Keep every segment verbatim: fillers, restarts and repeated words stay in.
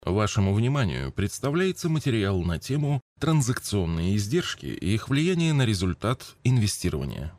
Вашему вниманию представляется материал на тему «Транзакционные издержки и их влияние на результат инвестирования».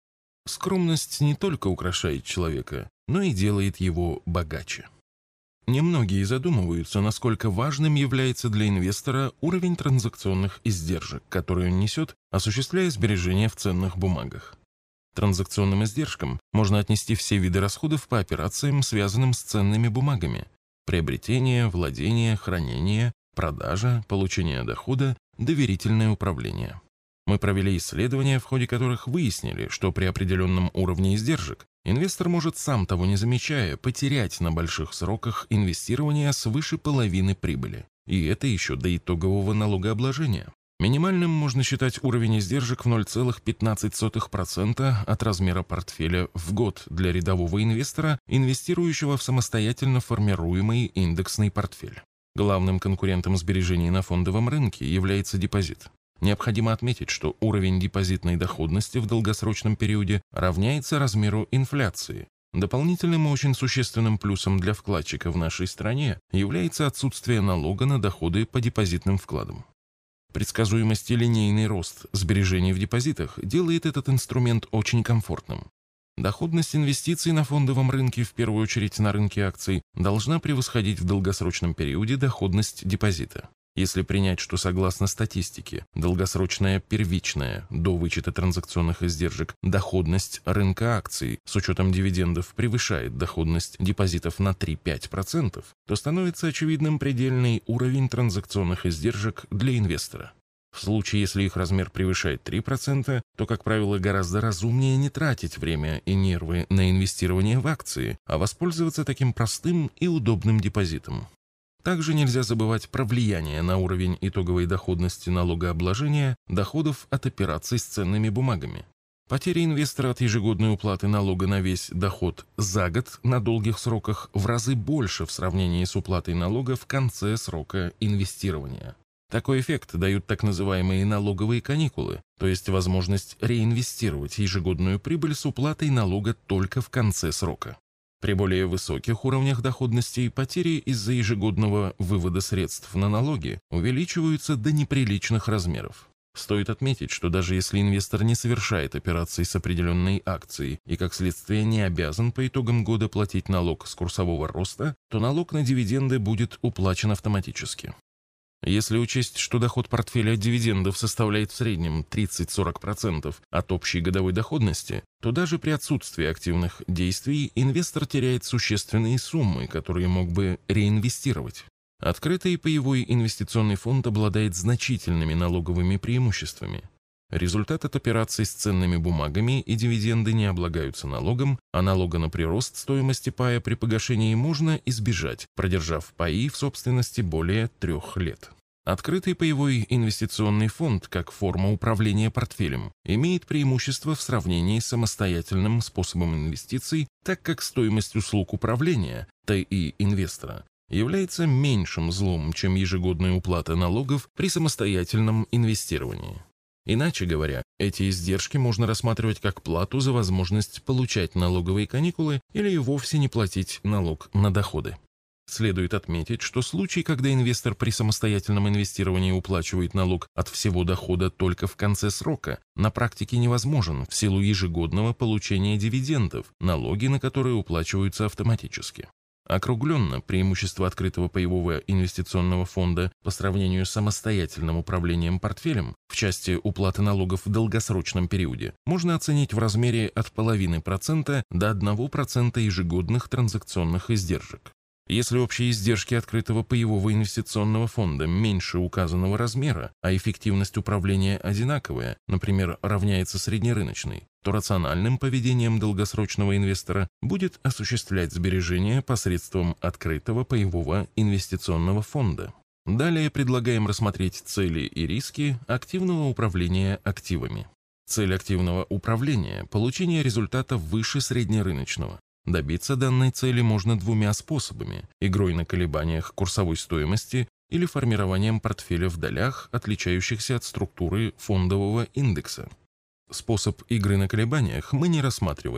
Скромность не только украшает человека, но и делает его богаче. Немногие задумываются, насколько важным является для инвестора уровень транзакционных издержек, который он несет, осуществляя сбережения в ценных бумагах. Транзакционным издержкам можно отнести все виды расходов по операциям, связанным с ценными бумагами: приобретение, владение, хранение, продажа, получение дохода, доверительное управление. Мы провели исследования, в ходе которых выяснили, что при определенном уровне издержек инвестор может, сам того не замечая, потерять на больших сроках инвестирования свыше половины прибыли. И это еще до итогового налогообложения. Минимальным можно считать уровень издержек в ноль целых пятнадцать сотых процента от размера портфеля в год для рядового инвестора, инвестирующего в самостоятельно формируемый индексный портфель. Главным конкурентом сбережений на фондовом рынке является депозит. Необходимо отметить, что уровень депозитной доходности в долгосрочном периоде равняется размеру инфляции. Дополнительным и очень существенным плюсом для вкладчика в нашей стране является отсутствие налога на доходы по депозитным вкладам. Предсказуемость и линейный рост сбережений в депозитах делает этот инструмент очень комфортным. Доходность инвестиций на фондовом рынке, в первую очередь на рынке акций, должна превосходить в долгосрочном периоде доходность депозита. Если принять, что согласно статистике, долгосрочная первичная, до вычета транзакционных издержек, доходность рынка акций с учетом дивидендов превышает доходность депозитов на три-пять процентов, то становится очевидным предельный уровень транзакционных издержек для инвестора. В случае, если их размер превышает три процента, то, как правило, гораздо разумнее не тратить время и нервы на инвестирование в акции, а воспользоваться таким простым и удобным депозитом. Также нельзя забывать про влияние на уровень итоговой доходности налогообложения доходов от операций с ценными бумагами. Потеря инвестора от ежегодной уплаты налога на весь доход за год на долгих сроках в разы больше в сравнении с уплатой налога в конце срока инвестирования. Такой эффект дают так называемые налоговые каникулы, то есть возможность реинвестировать ежегодную прибыль с уплатой налога только в конце срока. При более высоких уровнях доходности потери из-за ежегодного вывода средств на налоги увеличиваются до неприличных размеров. Стоит отметить, что даже если инвестор не совершает операций с определенной акцией и, как следствие, не обязан по итогам года платить налог с курсового роста, то налог на дивиденды будет уплачен автоматически. Если учесть, что доход портфеля от дивидендов составляет в среднем тридцать-сорок процентов от общей годовой доходности, то даже при отсутствии активных действий инвестор теряет существенные суммы, которые мог бы реинвестировать. Открытый паевой инвестиционный фонд обладает значительными налоговыми преимуществами. Результат от операций с ценными бумагами и дивиденды не облагаются налогом, а налога на прирост стоимости пая при погашении можно избежать, продержав паи в собственности более трех лет. Открытый паевой инвестиционный фонд, как форма управления портфелем, имеет преимущество в сравнении с самостоятельным способом инвестиций, так как стоимость услуг управления, ТИ инвестора, является меньшим злом, чем ежегодная уплата налогов при самостоятельном инвестировании. Иначе говоря, эти издержки можно рассматривать как плату за возможность получать налоговые каникулы или и вовсе не платить налог на доходы. Следует отметить, что случай, когда инвестор при самостоятельном инвестировании уплачивает налог от всего дохода только в конце срока, на практике невозможен в силу ежегодного получения дивидендов, налоги на которые уплачиваются автоматически. Округленно, преимущество открытого паевого инвестиционного фонда по сравнению с самостоятельным управлением портфелем в части уплаты налогов в долгосрочном периоде можно оценить в размере от половины процента до одного процента ежегодных транзакционных издержек. Если общие издержки открытого паевого инвестиционного фонда меньше указанного размера, а эффективность управления одинаковая, например, равняется среднерыночной, то рациональным поведением долгосрочного инвестора будет осуществлять сбережения посредством открытого паевого инвестиционного фонда. Далее предлагаем рассмотреть цели и риски активного управления активами. Цель активного управления – получение результата выше среднерыночного. Добиться данной цели можно двумя способами – игрой на колебаниях курсовой стоимости или формированием портфеля в долях, отличающихся от структуры фондового индекса. Способ игры на колебаниях мы не рассматриваем.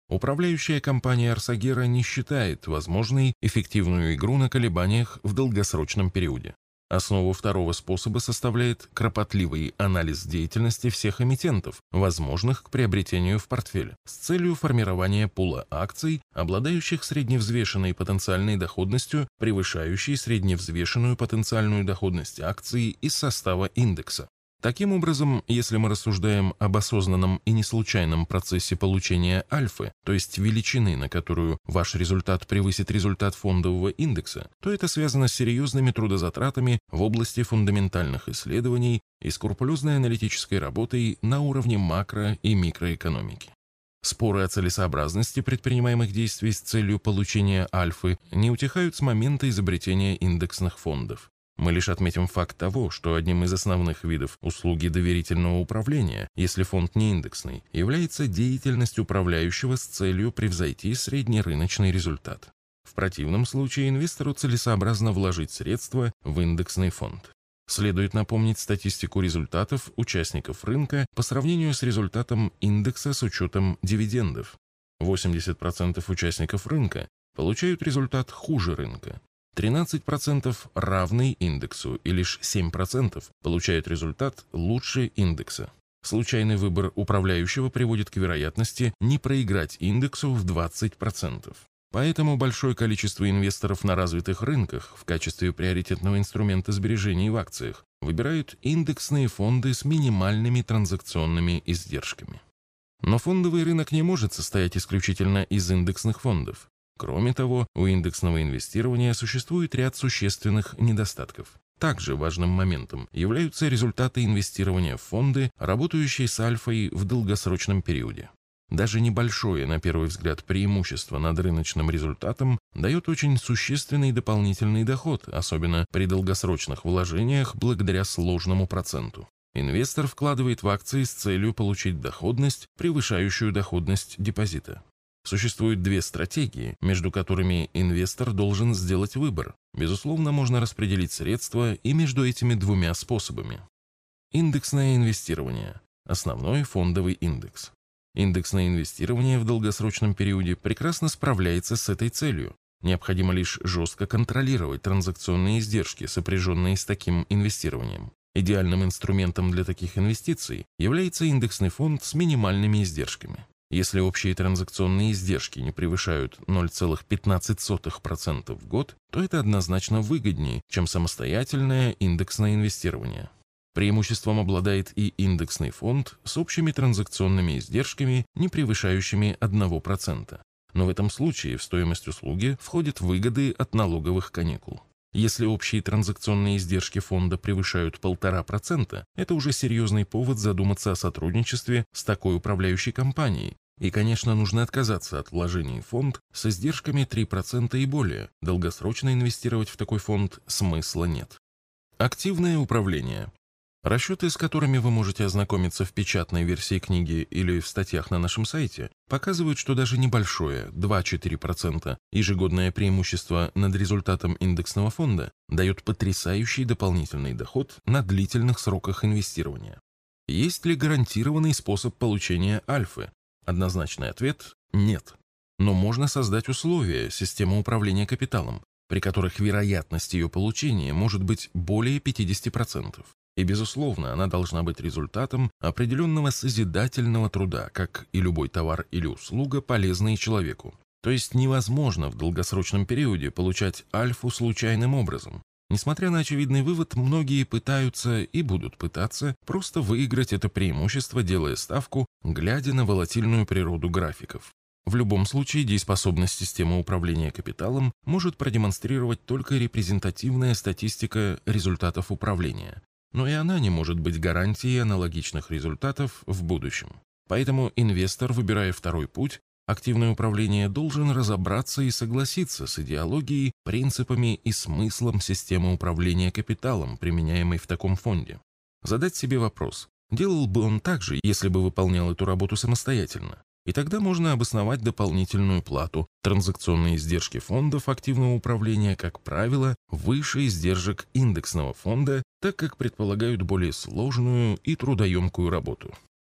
Управляющая компания Арсагера не считает возможной эффективную игру на колебаниях в долгосрочном периоде. Основу второго способа составляет кропотливый анализ деятельности всех эмитентов, возможных к приобретению в портфель, с целью формирования пула акций, обладающих средневзвешенной потенциальной доходностью, превышающей средневзвешенную потенциальную доходность акций из состава индекса. Таким образом, если мы рассуждаем об осознанном и неслучайном процессе получения альфы, то есть величины, на которую ваш результат превысит результат фондового индекса, то это связано с серьезными трудозатратами в области фундаментальных исследований и скрупулезной аналитической работой на уровне макро- и микроэкономики. Споры о целесообразности предпринимаемых действий с целью получения альфы не утихают с момента изобретения индексных фондов. Мы лишь отметим факт того, что одним из основных видов услуги доверительного управления, если фонд не индексный, является деятельность управляющего с целью превзойти среднерыночный результат. В противном случае инвестору целесообразно вложить средства в индексный фонд. Следует напомнить статистику результатов участников рынка по сравнению с результатом индекса с учетом дивидендов. восемьдесят процентов участников рынка получают результат хуже рынка. тринадцать процентов равный индексу и лишь семь процентов получают результат лучше индекса. Случайный выбор управляющего приводит к вероятности не проиграть индексу в двадцать процентов. Поэтому большое количество инвесторов на развитых рынках в качестве приоритетного инструмента сбережений в акциях выбирают индексные фонды с минимальными транзакционными издержками. Но фондовый рынок не может состоять исключительно из индексных фондов. Кроме того, у индексного инвестирования существует ряд существенных недостатков. Также важным моментом являются результаты инвестирования в фонды, работающие с альфой в долгосрочном периоде. Даже небольшое, на первый взгляд, преимущество над рыночным результатом дает очень существенный дополнительный доход, особенно при долгосрочных вложениях благодаря сложному проценту. Инвестор вкладывает в акции с целью получить доходность, превышающую доходность депозита. Существует две стратегии, между которыми инвестор должен сделать выбор. Безусловно, можно распределить средства и между этими двумя способами. Индексное инвестирование. Основной фондовый индекс. Индексное инвестирование в долгосрочном периоде прекрасно справляется с этой целью. Необходимо лишь жестко контролировать транзакционные издержки, сопряженные с таким инвестированием. Идеальным инструментом для таких инвестиций является индексный фонд с минимальными издержками. Если общие транзакционные издержки не превышают ноль целых пятнадцать сотых процента в год, то это однозначно выгоднее, чем самостоятельное индексное инвестирование. Преимуществом обладает и индексный фонд с общими транзакционными издержками, не превышающими одного процента. Но в этом случае в стоимость услуги входят выгоды от налоговых каникул. Если общие транзакционные издержки фонда превышают полтора процента, это уже серьезный повод задуматься о сотрудничестве с такой управляющей компанией. И, конечно, нужно отказаться от вложений в фонд с издержками три процента и более. Долгосрочно инвестировать в такой фонд смысла нет. Активное управление. Расчеты, с которыми вы можете ознакомиться в печатной версии книги или в статьях на нашем сайте, показывают, что даже небольшое два-четыре процента ежегодное преимущество над результатом индексного фонда дает потрясающий дополнительный доход на длительных сроках инвестирования. Есть ли гарантированный способ получения альфы? Однозначный ответ – нет. Но можно создать условия системы управления капиталом, при которых вероятность ее получения может быть более пятидесяти процентов. И, безусловно, она должна быть результатом определенного созидательного труда, как и любой товар или услуга, полезные человеку. То есть невозможно в долгосрочном периоде получать альфу случайным образом. Несмотря на очевидный вывод, многие пытаются и будут пытаться просто выиграть это преимущество, делая ставку, глядя на волатильную природу графиков. В любом случае, дееспособность системы управления капиталом может продемонстрировать только репрезентативная статистика результатов управления. Но и она не может быть гарантией аналогичных результатов в будущем. Поэтому инвестор, выбирая второй путь, активное управление, должен разобраться и согласиться с идеологией, принципами и смыслом системы управления капиталом, применяемой в таком фонде. Задать себе вопрос, делал бы он так же, если бы выполнял эту работу самостоятельно? И тогда можно обосновать дополнительную плату. Транзакционные издержки фондов активного управления, как правило, выше издержек индексного фонда, так как предполагают более сложную и трудоемкую работу.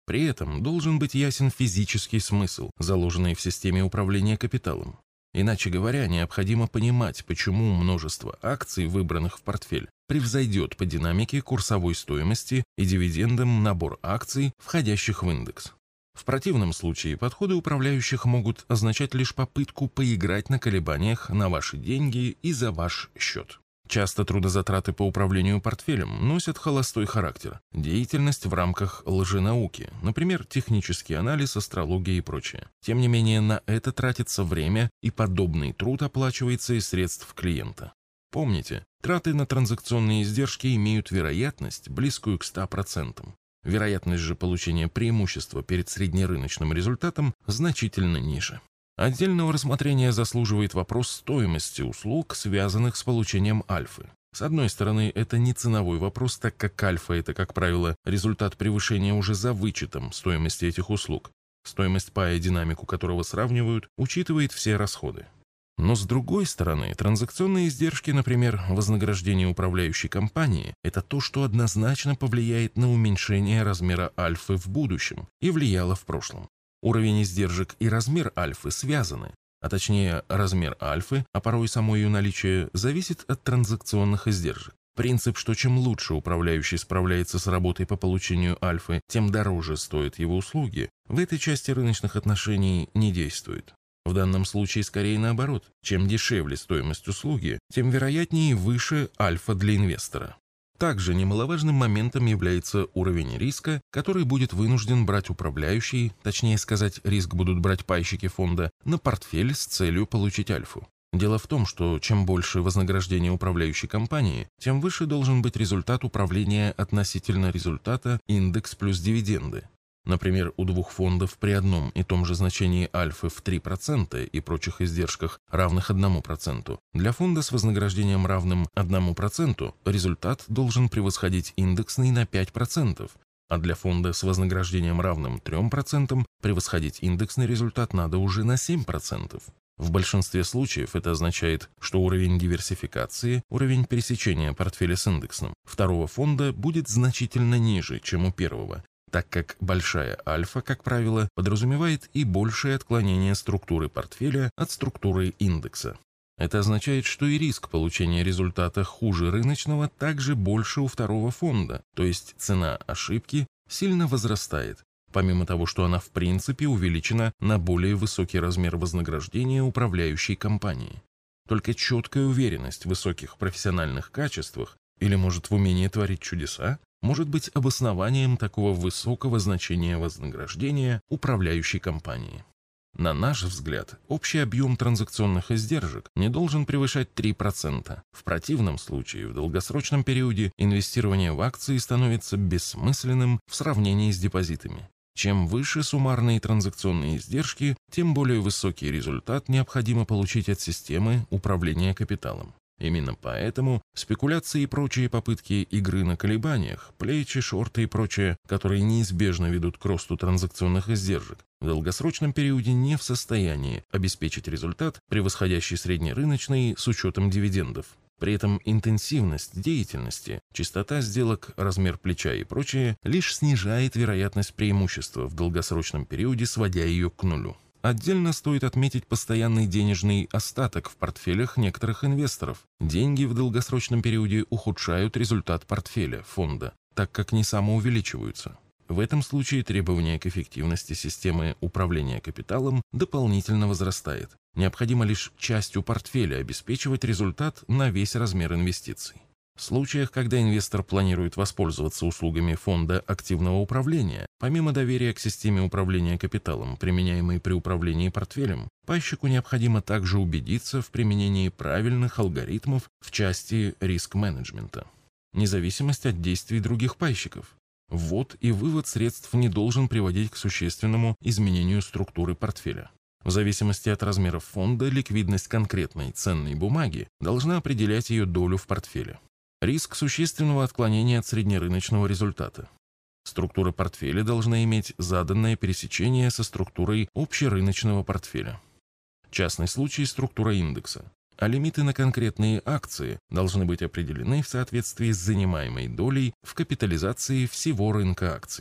При этом должен быть ясен физический смысл, заложенный в системе управления капиталом. Иначе говоря, необходимо понимать, почему множество акций, выбранных в портфель, превзойдет по динамике курсовой стоимости и дивидендам набор акций, входящих в индекс. В противном случае подходы управляющих могут означать лишь попытку поиграть на колебаниях на ваши деньги и за ваш счет. Часто трудозатраты по управлению портфелем носят холостой характер, деятельность в рамках лженауки, например, технический анализ, астрология и прочее. Тем не менее, на это тратится время, и подобный труд оплачивается из средств клиента. Помните, траты на транзакционные издержки имеют вероятность, близкую к ста процентам. Вероятность же получения преимущества перед среднерыночным результатом значительно ниже. Отдельного рассмотрения заслуживает вопрос стоимости услуг, связанных с получением альфы. С одной стороны, это не ценовой вопрос, так как альфа – это, как правило, результат превышения уже за вычетом стоимости этих услуг. Стоимость пая, динамику которого сравнивают, учитывает все расходы. Но с другой стороны, транзакционные издержки, например, вознаграждение управляющей компании, это то, что однозначно повлияет на уменьшение размера альфы в будущем и влияло в прошлом. Уровень издержек и размер альфы связаны, а точнее размер альфы, а порой само ее наличие, зависит от транзакционных издержек. Принцип, что чем лучше управляющий справляется с работой по получению альфы, тем дороже стоят его услуги, в этой части рыночных отношений не действует. В данном случае скорее наоборот. Чем дешевле стоимость услуги, тем вероятнее и выше альфа для инвестора. Также немаловажным моментом является уровень риска, который будет вынужден брать управляющий, точнее сказать, риск будут брать пайщики фонда, на портфель с целью получить альфу. Дело в том, что чем больше вознаграждение управляющей компании, тем выше должен быть результат управления относительно результата индекс плюс дивиденды. Например, у двух фондов при одном и том же значении альфы в три процента и прочих издержках, равных одному проценту, для фонда с вознаграждением равным одному проценту результат должен превосходить индексный на пять процентов, а для фонда с вознаграждением равным трем процентам превосходить индексный результат надо уже на семь процентов. В большинстве случаев это означает, что уровень диверсификации, уровень пересечения портфеля с индексным, второго фонда будет значительно ниже, чем у первого, так как большая альфа, как правило, подразумевает и большее отклонение структуры портфеля от структуры индекса. Это означает, что и риск получения результата хуже рыночного также больше у второго фонда, то есть цена ошибки сильно возрастает, помимо того, что она в принципе увеличена на более высокий размер вознаграждения управляющей компании. Только четкая уверенность в высоких профессиональных качествах или, может, в умении творить чудеса, может быть обоснованием такого высокого значения вознаграждения управляющей компании. На наш взгляд, общий объем транзакционных издержек не должен превышать три процента. В противном случае, в долгосрочном периоде инвестирование в акции становится бессмысленным в сравнении с депозитами. Чем выше суммарные транзакционные издержки, тем более высокий результат необходимо получить от системы управления капиталом. Именно поэтому спекуляции и прочие попытки игры на колебаниях, плечи, шорты и прочее, которые неизбежно ведут к росту транзакционных издержек, в долгосрочном периоде не в состоянии обеспечить результат, превосходящий среднерыночный с учетом дивидендов. При этом интенсивность деятельности, частота сделок, размер плеча и прочее лишь снижает вероятность преимущества в долгосрочном периоде, сводя ее к нулю. Отдельно стоит отметить постоянный денежный остаток в портфелях некоторых инвесторов. Деньги в долгосрочном периоде ухудшают результат портфеля фонда, так как не самоувеличиваются. В этом случае требование к эффективности системы управления капиталом дополнительно возрастает. Необходимо лишь частью портфеля обеспечивать результат на весь размер инвестиций. В случаях, когда инвестор планирует воспользоваться услугами фонда активного управления, помимо доверия к системе управления капиталом, применяемой при управлении портфелем, пайщику необходимо также убедиться в применении правильных алгоритмов в части риск-менеджмента. Независимость от действий других пайщиков. Ввод и вывод средств не должен приводить к существенному изменению структуры портфеля. В зависимости от размеров фонда, ликвидность конкретной ценной бумаги должна определять ее долю в портфеле. Риск существенного отклонения от среднерыночного результата. Структура портфеля должна иметь заданное пересечение со структурой общерыночного портфеля. Частный случай – структура индекса. А лимиты на конкретные акции должны быть определены в соответствии с занимаемой долей в капитализации всего рынка акций.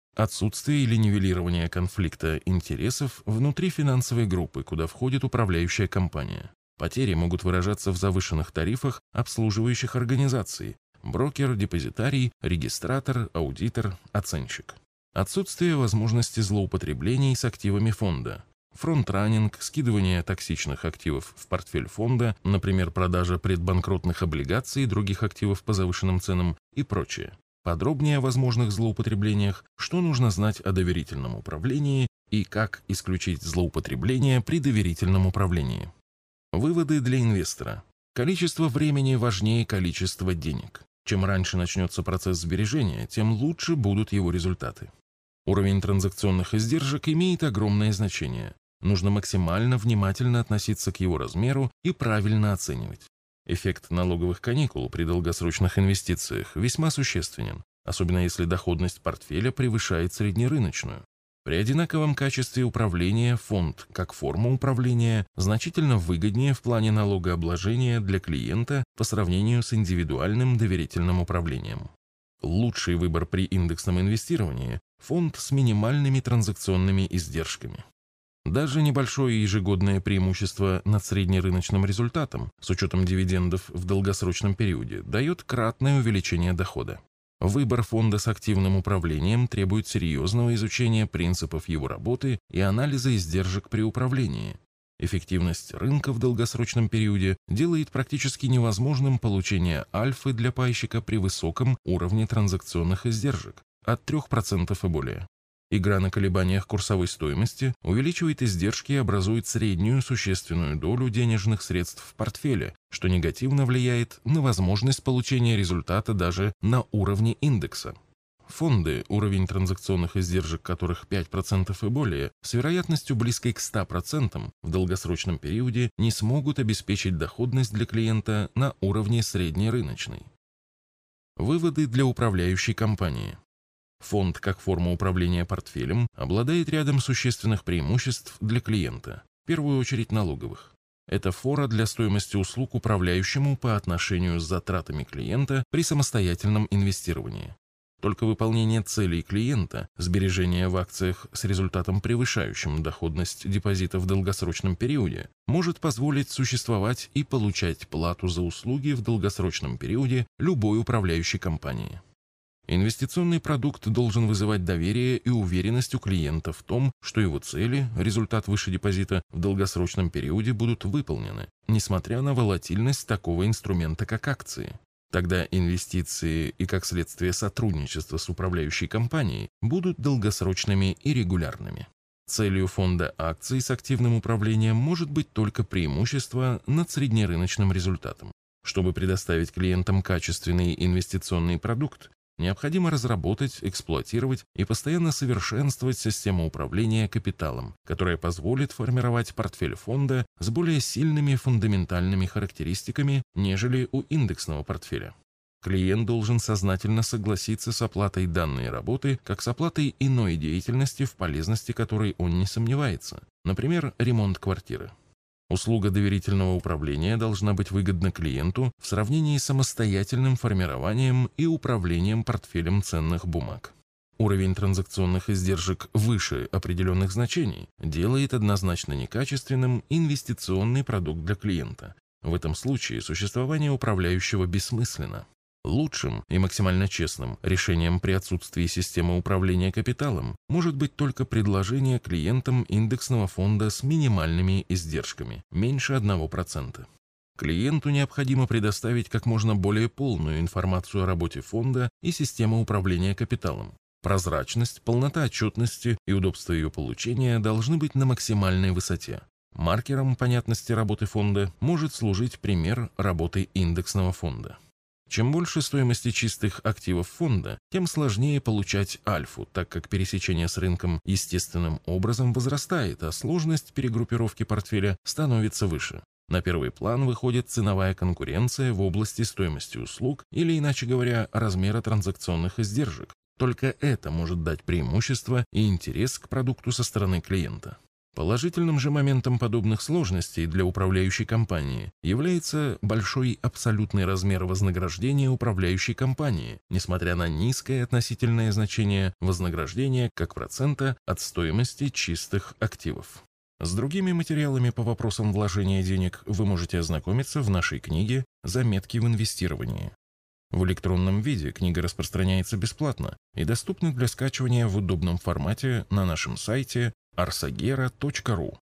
Отсутствие или нивелирование конфликта интересов внутри финансовой группы, куда входит управляющая компания. Потери могут выражаться в завышенных тарифах обслуживающих организаций: брокер, депозитарий, регистратор, аудитор, оценщик. Отсутствие возможности злоупотреблений с активами фонда. Фронт-раннинг, скидывание токсичных активов в портфель фонда, например, продажа предбанкротных облигаций и других активов по завышенным ценам и прочее. Подробнее о возможных злоупотреблениях, что нужно знать о доверительном управлении и как исключить злоупотребление при доверительном управлении. Выводы для инвестора. Количество времени важнее количества денег. Чем раньше начнется процесс сбережения, тем лучше будут его результаты. Уровень транзакционных издержек имеет огромное значение. Нужно максимально внимательно относиться к его размеру и правильно оценивать. Эффект налоговых каникул при долгосрочных инвестициях весьма существенен, особенно если доходность портфеля превышает среднерыночную. При одинаковом качестве управления фонд, как форма управления, значительно выгоднее в плане налогообложения для клиента по сравнению с индивидуальным доверительным управлением. Лучший выбор при индексном инвестировании – фонд с минимальными транзакционными издержками. Даже небольшое ежегодное преимущество над среднерыночным результатом, с учетом дивидендов в долгосрочном периоде, дает кратное увеличение дохода. Выбор фонда с активным управлением требует серьезного изучения принципов его работы и анализа издержек при управлении. Эффективность рынка в долгосрочном периоде делает практически невозможным получение альфы для пайщика при высоком уровне транзакционных издержек от трёх процентов и более. Игра на колебаниях курсовой стоимости увеличивает издержки и образует среднюю существенную долю денежных средств в портфеле, что негативно влияет на возможность получения результата даже на уровне индекса. Фонды, уровень транзакционных издержек которых пять процентов и более, с вероятностью близкой к ста процентам в долгосрочном периоде не смогут обеспечить доходность для клиента на уровне среднерыночной. Выводы для управляющей компании. Фонд, как форма управления портфелем, обладает рядом существенных преимуществ для клиента, в первую очередь налоговых. Это фора для стоимости услуг управляющему по отношению с затратами клиента при самостоятельном инвестировании. Только выполнение целей клиента, сбережение в акциях с результатом превышающим доходность депозита в долгосрочном периоде, может позволить существовать и получать плату за услуги в долгосрочном периоде любой управляющей компании. Инвестиционный продукт должен вызывать доверие и уверенность у клиента в том, что его цели, результат выше депозита, в долгосрочном периоде будут выполнены, несмотря на волатильность такого инструмента, как акции. Тогда инвестиции и, как следствие, сотрудничество с управляющей компанией будут долгосрочными и регулярными. Целью фонда акций с активным управлением может быть только преимущество над среднерыночным результатом. Чтобы предоставить клиентам качественный инвестиционный продукт, необходимо разработать, эксплуатировать и постоянно совершенствовать систему управления капиталом, которая позволит формировать портфель фонда с более сильными фундаментальными характеристиками, нежели у индексного портфеля. Клиент должен сознательно согласиться с оплатой данной работы, как с оплатой иной деятельности, в полезности которой он не сомневается, например, ремонт квартиры. Услуга доверительного управления должна быть выгодна клиенту в сравнении с самостоятельным формированием и управлением портфелем ценных бумаг. Уровень транзакционных издержек выше определенных значений делает однозначно некачественным инвестиционный продукт для клиента. В этом случае существование управляющего бессмысленно. Лучшим и максимально честным решением при отсутствии системы управления капиталом может быть только предложение клиентам индексного фонда с минимальными издержками, меньше одного процента. Клиенту необходимо предоставить как можно более полную информацию о работе фонда и системе управления капиталом. Прозрачность, полнота отчетности и удобство ее получения должны быть на максимальной высоте. Маркером понятности работы фонда может служить пример работы индексного фонда. Чем больше стоимости чистых активов фонда, тем сложнее получать альфу, так как пересечение с рынком естественным образом возрастает, а сложность перегруппировки портфеля становится выше. На первый план выходит ценовая конкуренция в области стоимости услуг или, иначе говоря, размера транзакционных издержек. Только это может дать преимущество и интерес к продукту со стороны клиента. Положительным же моментом подобных сложностей для управляющей компании является большой абсолютный размер вознаграждения управляющей компании, несмотря на низкое относительное значение вознаграждения как процента от стоимости чистых активов. С другими материалами по вопросам вложения денег вы можете ознакомиться в нашей книге «Заметки в инвестировании». В электронном виде книга распространяется бесплатно и доступна для скачивания в удобном формате на нашем сайте arsagera точка ру.